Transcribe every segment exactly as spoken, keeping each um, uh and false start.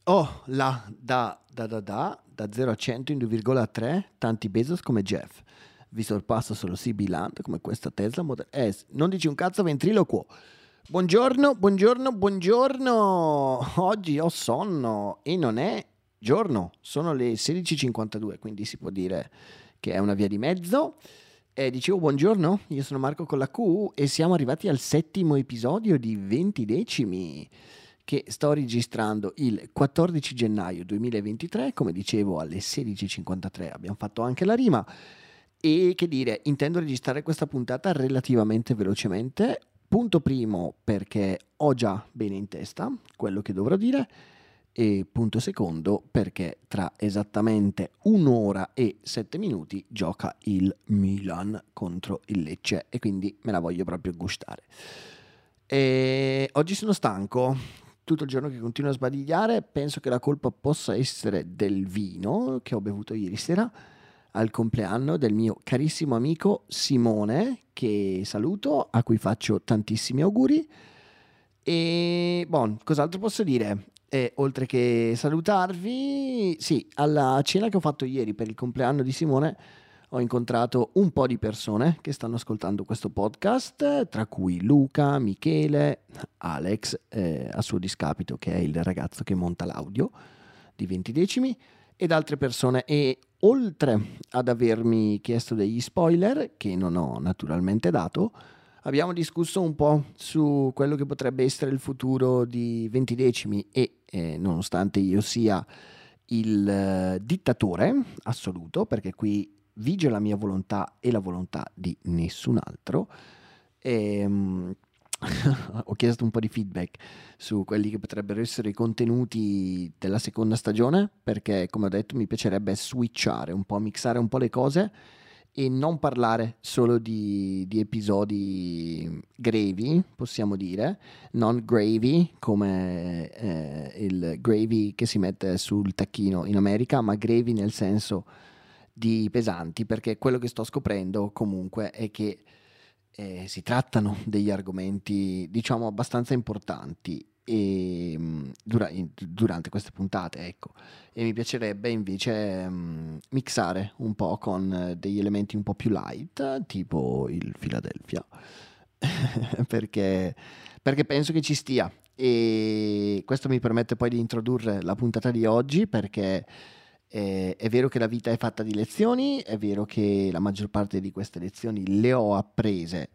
Oh, là, da, da, da, da, da zero a cento in due virgola tre, tanti Bezos come Jeff. Vi sorpasso solo C B Land come questa Tesla Model S. Non dici un cazzo ventriloquo. Buongiorno, buongiorno, buongiorno. Oggi ho sonno e non è giorno, sono le sedici e cinquantadue, quindi si può dire che è una via di mezzo. E dicevo buongiorno, io sono Marco con la Q e siamo arrivati al settimo episodio di venti decimi che sto registrando il quattordici gennaio duemilaventitré, come dicevo alle sedici e cinquantatré abbiamo fatto anche la rima. E che dire, intendo registrare questa puntata relativamente velocemente. Punto primo, perché ho già bene in testa quello che dovrò dire, e punto secondo, perché tra esattamente un'ora e sette minuti gioca il Milan contro il Lecce e quindi me la voglio proprio gustare. E oggi sono stanco, tutto il giorno che continuo a sbadigliare, penso che la colpa possa essere del vino che ho bevuto ieri sera al compleanno del mio carissimo amico Simone, che saluto, a cui faccio tantissimi auguri. E bon, cos'altro posso dire? E oltre che salutarvi, sì, alla cena che ho fatto ieri per il compleanno di Simone ho incontrato un po' di persone che stanno ascoltando questo podcast, tra cui Luca, Michele, Alex, eh, a suo discapito, che è il ragazzo che monta l'audio di venti decimi, ed altre persone. E oltre ad avermi chiesto degli spoiler, che non ho naturalmente dato, abbiamo discusso un po' su quello che potrebbe essere il futuro di venti decimi e eh, nonostante io sia il eh, dittatore assoluto, perché qui vige la mia volontà e la volontà di nessun altro, ehm, ho chiesto un po' di feedback su quelli che potrebbero essere i contenuti della seconda stagione, perché come ho detto mi piacerebbe switchare un po', mixare un po' le cose e non parlare solo di, di episodi grevi, possiamo dire, non gravy come eh, il gravy che si mette sul tacchino in America, ma gravy nel senso di pesanti, perché quello che sto scoprendo comunque è che eh, si trattano degli argomenti, diciamo, abbastanza importanti e, mh, dura- in- durante queste puntate, ecco. E mi piacerebbe invece mh, mixare un po' con eh, degli elementi un po' più light, tipo il Philadelphia, perché, perché penso che ci stia. E questo mi permette poi di introdurre la puntata di oggi, perché eh, è vero che la vita è fatta di lezioni, è vero che la maggior parte di queste lezioni le ho apprese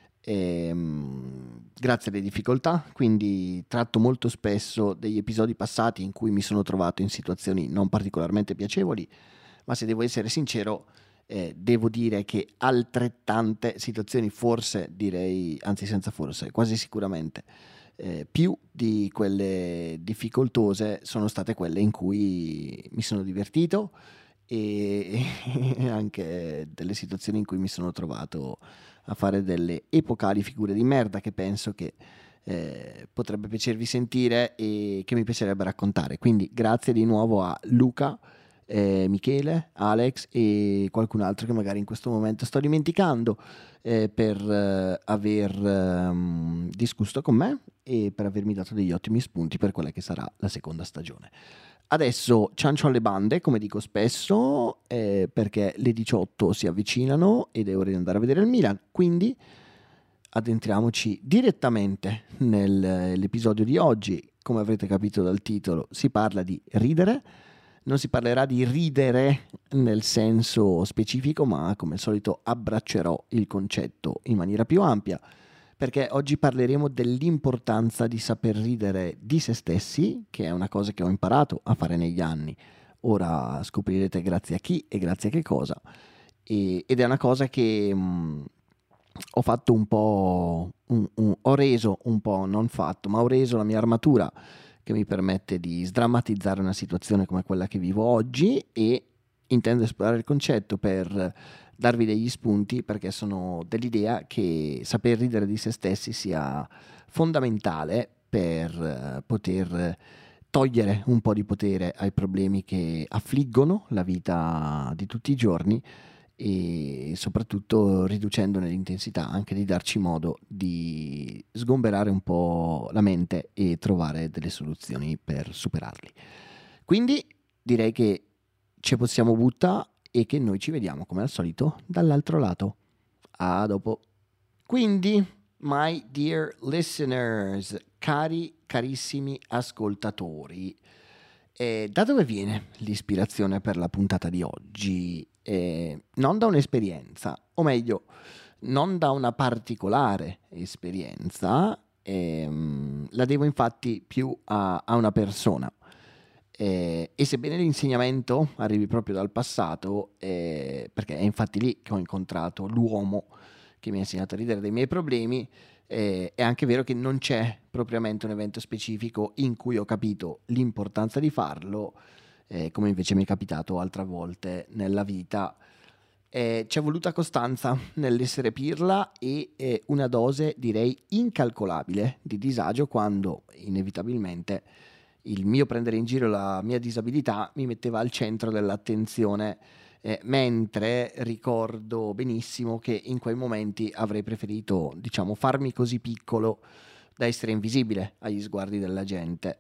ehm, grazie alle difficoltà, quindi tratto molto spesso degli episodi passati in cui mi sono trovato in situazioni non particolarmente piacevoli, ma se devo essere sincero, eh, devo dire che altrettante situazioni, forse direi, anzi senza forse, quasi sicuramente, eh, più di quelle difficoltose sono state quelle in cui mi sono divertito e anche delle situazioni in cui mi sono trovato a fare delle epocali figure di merda che penso che eh, potrebbe piacervi sentire e che mi piacerebbe raccontare. Quindi grazie di nuovo a Luca, eh, Michele, Alex e qualcun altro che magari in questo momento sto dimenticando eh, per eh, aver ehm, discusso con me e per avermi dato degli ottimi spunti per quella che sarà la seconda stagione. Adesso ciancio alle bande, come dico spesso, eh, perché le diciotto si avvicinano ed è ora di andare a vedere il Milan, quindi addentriamoci direttamente nell'episodio di oggi. Come avrete capito dal titolo, si parla di ridere. Non si parlerà di ridere nel senso specifico, ma come al solito abbraccerò il concetto in maniera più ampia, perché oggi parleremo dell'importanza di saper ridere di se stessi, che è una cosa che ho imparato a fare negli anni. Ora scoprirete grazie a chi e grazie a che cosa. E, ed è una cosa che mh, ho fatto un po', un, un, ho reso un po', non fatto, ma ho reso la mia armatura che mi permette di sdrammatizzare una situazione come quella che vivo oggi e intendo esplorare il concetto per darvi degli spunti, perché sono dell'idea che saper ridere di se stessi sia fondamentale per eh, poter togliere un po' di potere ai problemi che affliggono la vita di tutti i giorni e soprattutto riducendone l'intensità, anche di darci modo di sgomberare un po' la mente e trovare delle soluzioni per superarli. Quindi direi che ci possiamo buttare e che noi ci vediamo come al solito dall'altro lato. A dopo. Quindi, my dear listeners, cari carissimi ascoltatori, eh, da dove viene l'ispirazione per la puntata di oggi? Eh, non da un'esperienza, o meglio, non da una particolare esperienza, ehm, la devo infatti più a, a una persona. Eh, e sebbene l'insegnamento arrivi proprio dal passato, eh, perché è infatti lì che ho incontrato l'uomo che mi ha insegnato a ridere dei miei problemi, eh, è anche vero che non c'è propriamente un evento specifico in cui ho capito l'importanza di farlo, eh, come invece mi è capitato altre volte nella vita. Eh, c'è voluta costanza nell'essere pirla e eh, una dose, direi, incalcolabile di disagio quando inevitabilmente il mio prendere in giro la mia disabilità mi metteva al centro dell'attenzione, eh, mentre ricordo benissimo che in quei momenti avrei preferito, diciamo, farmi così piccolo da essere invisibile agli sguardi della gente.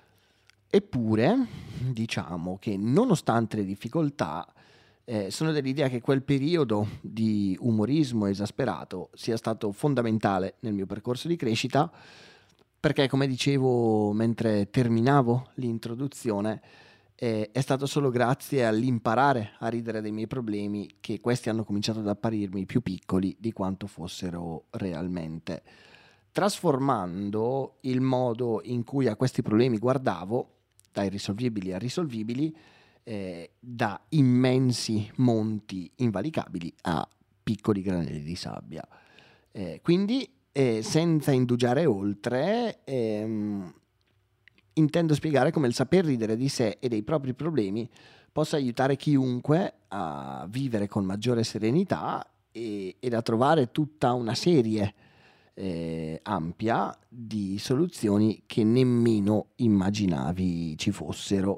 Eppure, diciamo che nonostante le difficoltà, eh, sono dell'idea che quel periodo di umorismo esasperato sia stato fondamentale nel mio percorso di crescita, perché, come dicevo mentre terminavo l'introduzione, eh, è stato solo grazie all'imparare a ridere dei miei problemi che questi hanno cominciato ad apparirmi più piccoli di quanto fossero realmente, trasformando il modo in cui a questi problemi guardavo, da irrisolvibili a risolvibili, eh, da immensi monti invalicabili a piccoli granelli di sabbia. Eh, quindi, eh, senza indugiare oltre, ehm, intendo spiegare come il saper ridere di sé e dei propri problemi possa aiutare chiunque a vivere con maggiore serenità e, ed a trovare tutta una serie eh, ampia di soluzioni che nemmeno immaginavi ci fossero.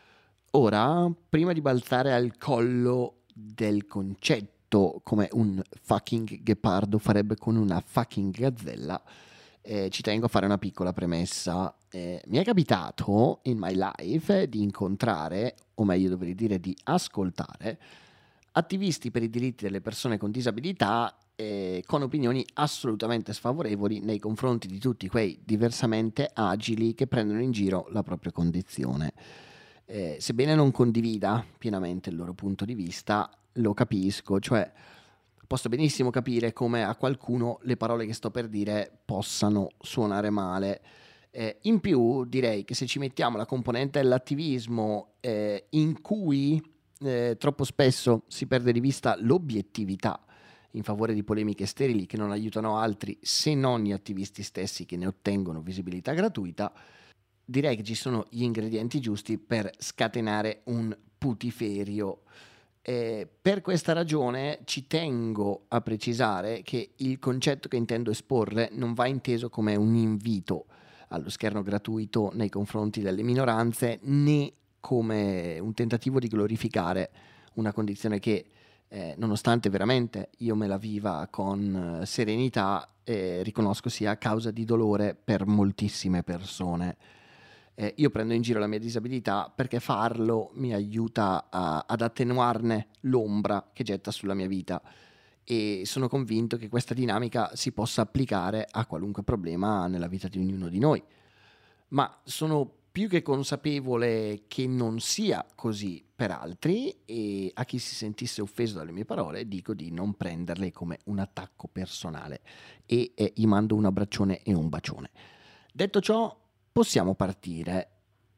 Ora, prima di balzare al collo del concetto, come un fucking ghepardo farebbe con una fucking gazzella, eh, ci tengo a fare una piccola premessa. Eh, mi è capitato in my life di incontrare, o meglio dovrei dire di ascoltare, attivisti per i diritti delle persone con disabilità eh, con opinioni assolutamente sfavorevoli nei confronti di tutti quei diversamente agili che prendono in giro la propria condizione. Eh, sebbene non condivida pienamente il loro punto di vista, lo capisco, cioè posso benissimo capire come a qualcuno le parole che sto per dire possano suonare male. Eh, in più direi che se ci mettiamo la componente dell'attivismo eh, in cui eh, troppo spesso si perde di vista l'obiettività in favore di polemiche sterili che non aiutano altri se non gli attivisti stessi che ne ottengono visibilità gratuita, direi che ci sono gli ingredienti giusti per scatenare un putiferio. Eh, per questa ragione ci tengo a precisare che il concetto che intendo esporre non va inteso come un invito allo scherno gratuito nei confronti delle minoranze, né come un tentativo di glorificare una condizione che, eh, nonostante veramente io me la viva con eh, serenità, eh, riconosco sia causa di dolore per moltissime persone. Eh, io prendo in giro la mia disabilità perché farlo mi aiuta a, ad attenuarne l'ombra che getta sulla mia vita e sono convinto che questa dinamica si possa applicare a qualunque problema nella vita di ognuno di noi. Ma sono più che consapevole che non sia così per altri e a chi si sentisse offeso dalle mie parole dico di non prenderle come un attacco personale e eh, gli mando un abbraccione e un bacione. Detto ciò, possiamo partire.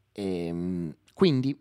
Ehm, quindi,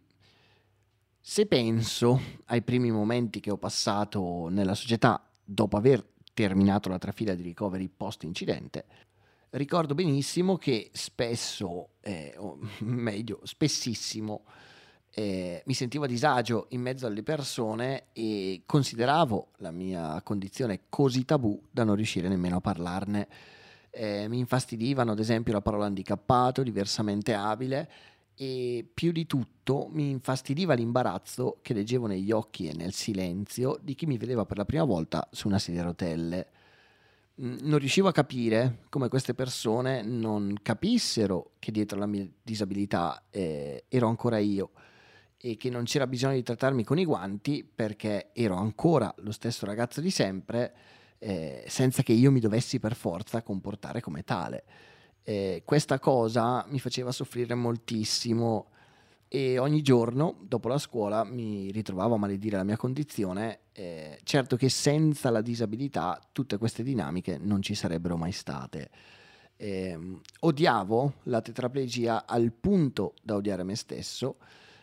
se penso ai primi momenti che ho passato nella società dopo aver terminato la trafila di ricoveri post-incidente, ricordo benissimo che spesso, eh, o meglio, spessissimo, eh, mi sentivo a disagio in mezzo alle persone e consideravo la mia condizione così tabù da non riuscire nemmeno a parlarne. Eh, mi infastidivano ad esempio la parola handicappato, diversamente abile e più di tutto mi infastidiva l'imbarazzo che leggevo negli occhi e nel silenzio di chi mi vedeva per la prima volta su una sedia a rotelle. Mm, Non riuscivo a capire come queste persone non capissero che dietro la mia disabilità eh, ero ancora io e che non c'era bisogno di trattarmi con i guanti perché ero ancora lo stesso ragazzo di sempre, eh, senza che io mi dovessi per forza comportare come tale. Eh, questa cosa mi faceva soffrire moltissimo e ogni giorno dopo la scuola mi ritrovavo a maledire la mia condizione. Eh, certo che senza la disabilità tutte queste dinamiche non ci sarebbero mai state. Eh, odiavo la tetraplegia al punto da odiare me stesso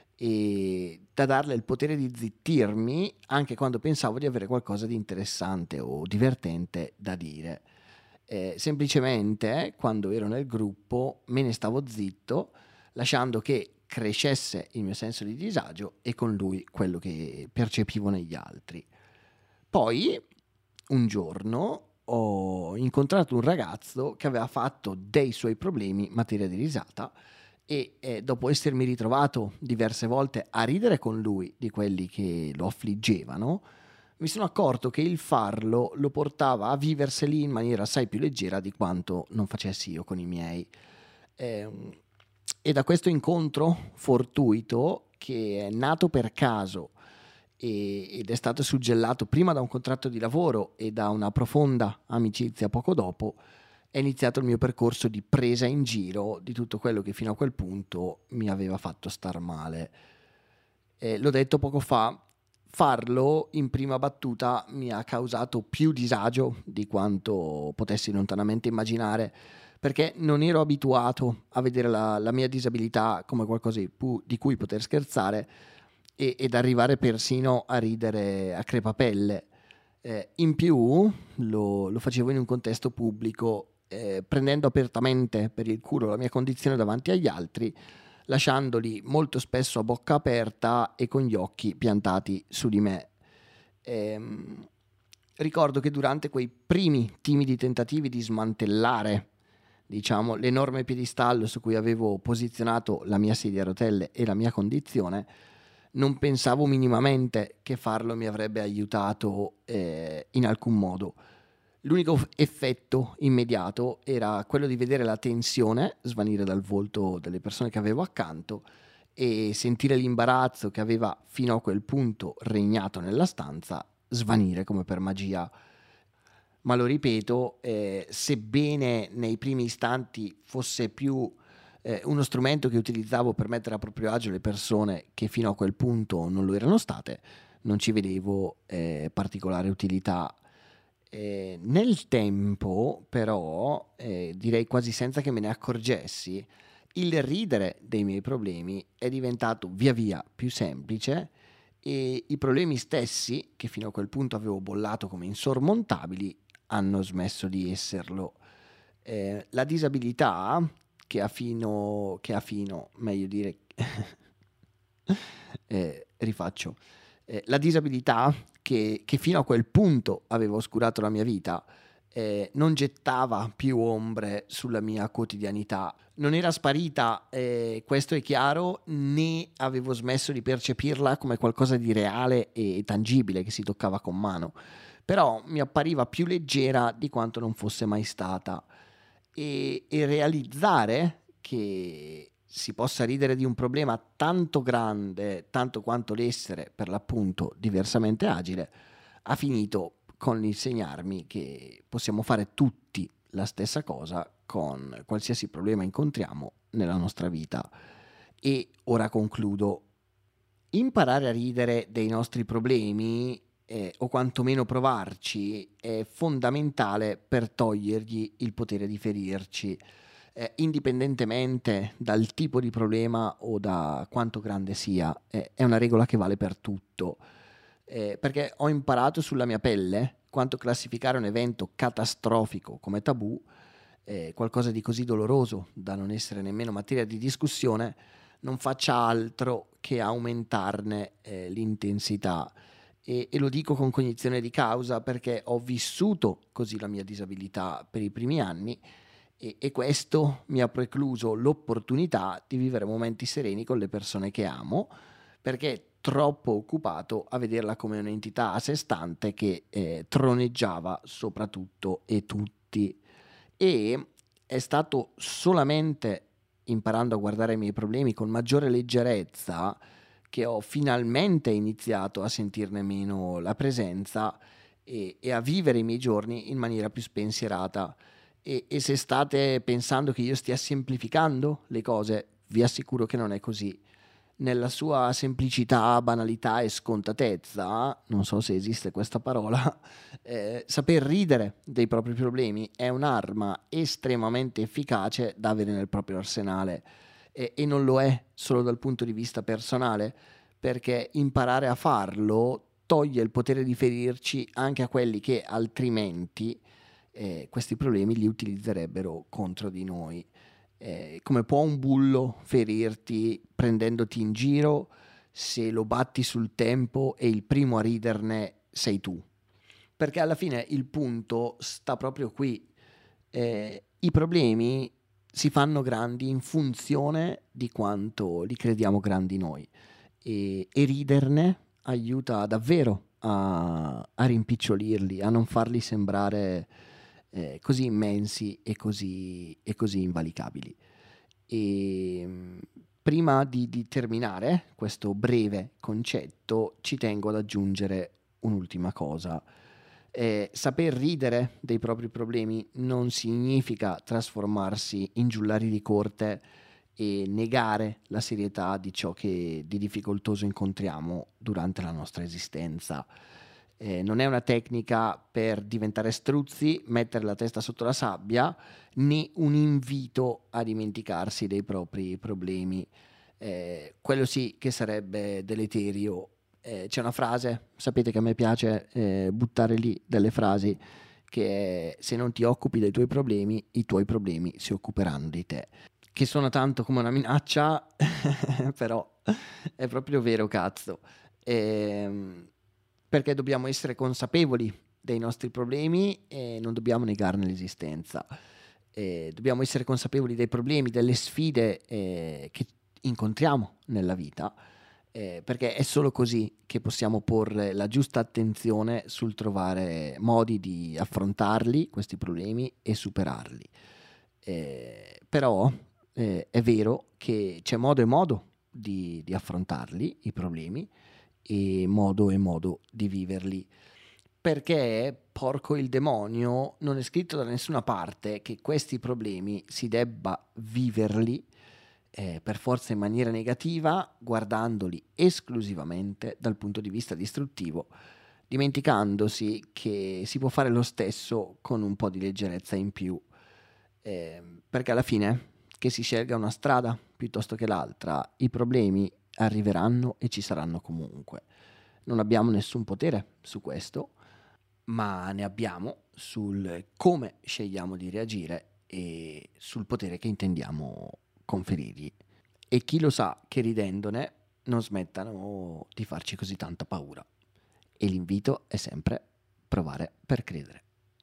e da darle il potere di zittirmi anche quando pensavo di avere qualcosa di interessante o divertente da dire. Eh, semplicemente quando ero nel gruppo me ne stavo zitto, lasciando che crescesse il mio senso di disagio e con lui quello che percepivo negli altri. Poi un giorno ho incontrato un ragazzo che aveva fatto dei suoi problemi materia di risata e eh, dopo essermi ritrovato diverse volte a ridere con lui di quelli che lo affliggevano, mi sono accorto che il farlo lo portava a viverseli in maniera assai più leggera di quanto non facessi io con i miei. Eh, e da questo incontro fortuito, che è nato per caso e- ed è stato suggellato prima da un contratto di lavoro e da una profonda amicizia poco dopo, è iniziato il mio percorso di presa in giro di tutto quello che fino a quel punto mi aveva fatto star male. Eh, l'ho detto poco fa, farlo in prima battuta mi ha causato più disagio di quanto potessi lontanamente immaginare, perché non ero abituato a vedere la, la mia disabilità come qualcosa di, pu- di cui poter scherzare e- ed arrivare persino a ridere a crepapelle. Eh, in più lo, lo facevo in un contesto pubblico, eh, prendendo apertamente per il culo la mia condizione davanti agli altri, lasciandoli molto spesso a bocca aperta e con gli occhi piantati su di me. Ehm, Ricordo che durante quei primi timidi tentativi di smantellare, diciamo, l'enorme piedistallo su cui avevo posizionato la mia sedia a rotelle e la mia condizione, non pensavo minimamente che farlo mi avrebbe aiutato eh, in alcun modo. L'unico f- effetto immediato era quello di vedere la tensione svanire dal volto delle persone che avevo accanto e sentire l'imbarazzo che aveva fino a quel punto regnato nella stanza svanire come per magia. Ma lo ripeto, eh, sebbene nei primi istanti fosse più eh, uno strumento che utilizzavo per mettere a proprio agio le persone che fino a quel punto non lo erano state, non ci vedevo eh, particolare utilità. Eh, nel tempo, però, eh, direi quasi senza che me ne accorgessi, il ridere dei miei problemi è diventato via via più semplice e i problemi stessi, che fino a quel punto avevo bollato come insormontabili, hanno smesso di esserlo. Eh, la disabilità, che ha fino, che ha fino, meglio dire, eh, rifaccio, eh, la disabilità che, che fino a quel punto aveva oscurato la mia vita, eh, non gettava più ombre sulla mia quotidianità. Non era sparita, eh, questo è chiaro, né avevo smesso di percepirla come qualcosa di reale e tangibile che si toccava con mano, però mi appariva più leggera di quanto non fosse mai stata. E, e realizzare che si possa ridere di un problema tanto grande, tanto quanto l'essere, per l'appunto, diversamente agile, ha finito con l'insegnarmi che possiamo fare tutti la stessa cosa con qualsiasi problema incontriamo nella nostra vita. E ora concludo. Imparare a ridere dei nostri problemi, eh, o quantomeno provarci, è fondamentale per togliergli il potere di ferirci, eh, indipendentemente dal tipo di problema o da quanto grande sia. Eh, è una regola che vale per tutto. Eh, perché ho imparato sulla mia pelle quanto classificare un evento catastrofico come tabù, eh, qualcosa di così doloroso da non essere nemmeno materia di discussione, non faccia altro che aumentarne eh, l'intensità. E, e lo dico con cognizione di causa perché ho vissuto così la mia disabilità per i primi anni e, e questo mi ha precluso l'opportunità di vivere momenti sereni con le persone che amo, perché troppo occupato a vederla come un'entità a sé stante che eh, troneggiava sopra tutto e tutti. E è stato solamente imparando a guardare i miei problemi con maggiore leggerezza che ho finalmente iniziato a sentirne meno la presenza e, e a vivere i miei giorni in maniera più spensierata. E, e se state pensando che io stia semplificando le cose, vi assicuro che non è così. Nella sua semplicità, banalità e scontatezza, non so se esiste questa parola, eh, saper ridere dei propri problemi è un'arma estremamente efficace da avere nel proprio arsenale, e, e non lo è solo dal punto di vista personale, perché imparare a farlo toglie il potere di ferirci anche a quelli che altrimenti eh, questi problemi li utilizzerebbero contro di noi. Eh, come può un bullo ferirti prendendoti in giro se lo batti sul tempo e il primo a riderne sei tu? Perché alla fine il punto sta proprio qui. Eh, i problemi si fanno grandi in funzione di quanto li crediamo grandi noi, e, e riderne aiuta davvero a, a rimpicciolirli, a non farli sembrare eh, così immensi e così, e così invalicabili. E mh, prima di, di terminare questo breve concetto, ci tengo ad aggiungere un'ultima cosa. Eh, saper ridere dei propri problemi non significa trasformarsi in giullari di corte e negare la serietà di ciò che di difficoltoso incontriamo durante la nostra esistenza. Eh, non è una tecnica per diventare struzzi, mettere la testa sotto la sabbia, né un invito a dimenticarsi dei propri problemi. Eh, quello sì che sarebbe deleterio. Eh, c'è una frase, sapete che a me piace eh, buttare lì delle frasi, che è: se non ti occupi dei tuoi problemi, i tuoi problemi si occuperanno di te. Che suona tanto come una minaccia, però è proprio vero, cazzo. Ehm, perché dobbiamo essere consapevoli dei nostri problemi e non dobbiamo negarne l'esistenza. Eh, dobbiamo essere consapevoli dei problemi, delle sfide eh, che incontriamo nella vita, eh, perché è solo così che possiamo porre la giusta attenzione sul trovare modi di affrontarli, questi problemi, e superarli. Eh, però eh, è vero che c'è modo e modo di, di affrontarli, i problemi, e modo e modo di viverli, perché, porco il demonio, non è scritto da nessuna parte che questi problemi si debba viverli eh, per forza in maniera negativa, guardandoli esclusivamente dal punto di vista distruttivo, dimenticandosi che si può fare lo stesso con un po' di leggerezza in più, eh, perché alla fine, che si scelga una strada piuttosto che l'altra, i problemi arriveranno e ci saranno comunque. Non abbiamo nessun potere su questo, ma ne abbiamo sul come scegliamo di reagire e sul potere che intendiamo conferirgli. E chi lo sa che ridendone non smettano di farci così tanta paura. E l'invito è sempre provare per credere.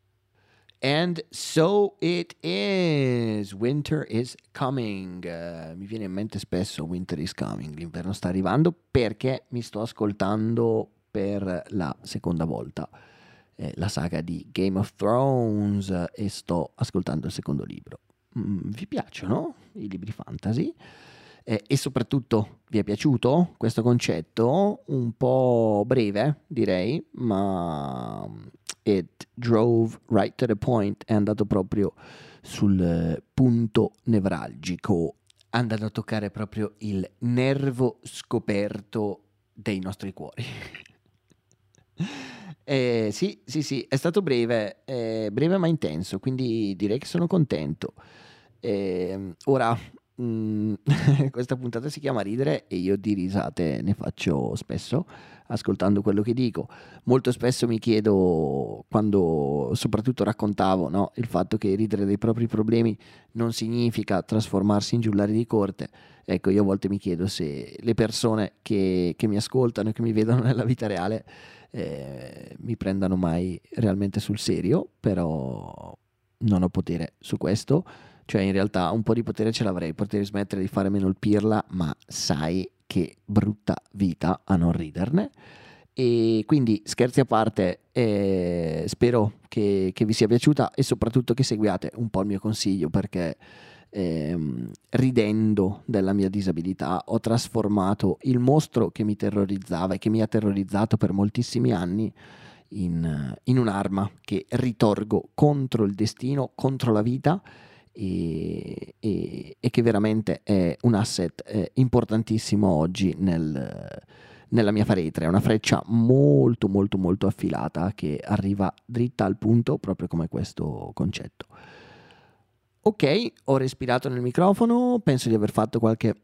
And so it is. Winter is coming. Uh, mi viene in mente spesso Winter is coming. L'inverno sta arrivando, perché mi sto ascoltando per la seconda volta eh, la saga di Game of Thrones eh, e sto ascoltando il secondo libro. Mm, vi piacciono i libri fantasy? Eh, e soprattutto vi è piaciuto questo concetto? Un po' breve, direi, ma it drove right to the point, è andato proprio sul punto nevralgico, è andato a toccare proprio il nervo scoperto dei nostri cuori. Eh, sì, sì, sì, è stato breve, eh, breve ma intenso, quindi direi che sono contento. Eh, ora, mh, questa puntata si chiama Ridere e io di risate ne faccio spesso, ascoltando quello che dico. Molto spesso mi chiedo, quando soprattutto raccontavo, no, il fatto che ridere dei propri problemi non significa trasformarsi in giullari di corte. Ecco, io a volte mi chiedo se le persone che, che mi ascoltano e che mi vedono nella vita reale eh, mi prendano mai realmente sul serio, però non ho potere su questo, cioè in realtà un po' di potere ce l'avrei, potrei smettere di fare meno il pirla, ma sai che brutta vita a non riderne. E quindi scherzi a parte, eh, spero che, che vi sia piaciuta e soprattutto che seguiate un po' il mio consiglio, perché ehm, ridendo della mia disabilità ho trasformato il mostro che mi terrorizzava e che mi ha terrorizzato per moltissimi anni in, in un'arma che ritorgo contro il destino, contro la vita, e, e, e che veramente è un asset eh, importantissimo oggi nel, nella mia faretra. È una freccia molto molto molto affilata che arriva dritta al punto, proprio come questo concetto. Ok, ho respirato nel microfono, penso di aver fatto qualche...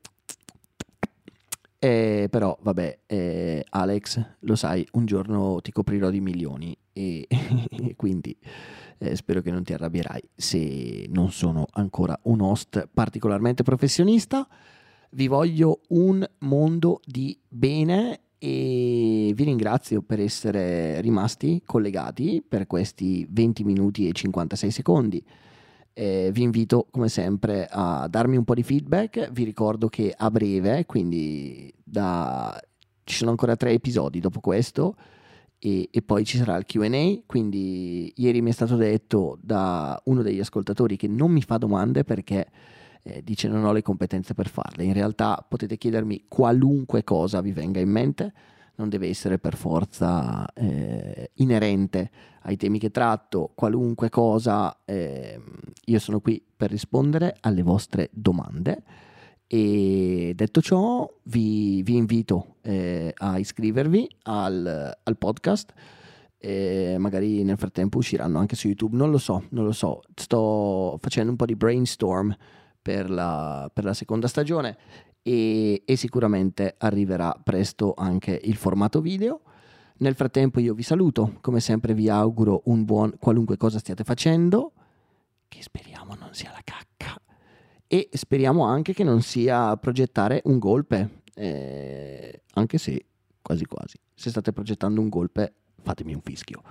Eh, però vabbè, eh, Alex, lo sai, un giorno ti coprirò di milioni e quindi eh, spero che non ti arrabbierai se non sono ancora un host particolarmente professionista. Vi voglio un mondo di bene e vi ringrazio per essere rimasti collegati per questi venti minuti e cinquantasei secondi. Eh, vi invito come sempre a darmi un po' di feedback. Vi ricordo che a breve, quindi da... ci sono ancora tre episodi dopo questo e, e poi ci sarà il Q and A. Quindi ieri mi è stato detto da uno degli ascoltatori che non mi fa domande perché eh, dice non ho le competenze per farle. In realtà potete chiedermi qualunque cosa vi venga in mente, non deve essere per forza eh, inerente ai temi che tratto, qualunque cosa, eh, io sono qui per rispondere alle vostre domande. E detto ciò vi, vi invito eh, a iscrivervi al, al podcast, e magari nel frattempo usciranno anche su YouTube, non lo so, non lo so, sto facendo un po' di brainstorm per la, per la seconda stagione e, e sicuramente arriverà presto anche il formato video. Nel frattempo io vi saluto, come sempre vi auguro un buon qualunque cosa stiate facendo, che speriamo non sia la cacca, e speriamo anche che non sia progettare un golpe, eh, anche se quasi quasi, se state progettando un golpe fatemi un fischio.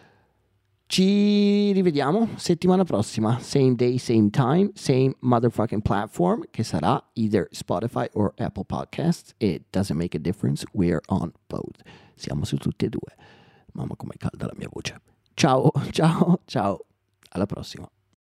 Ci rivediamo settimana prossima, same day, same time, same motherfucking platform, che sarà either Spotify or Apple Podcasts. It doesn't make a difference, we're on both. Siamo su tutti e due. Mamma com'è calda la mia voce. Ciao, ciao, ciao. Alla prossima.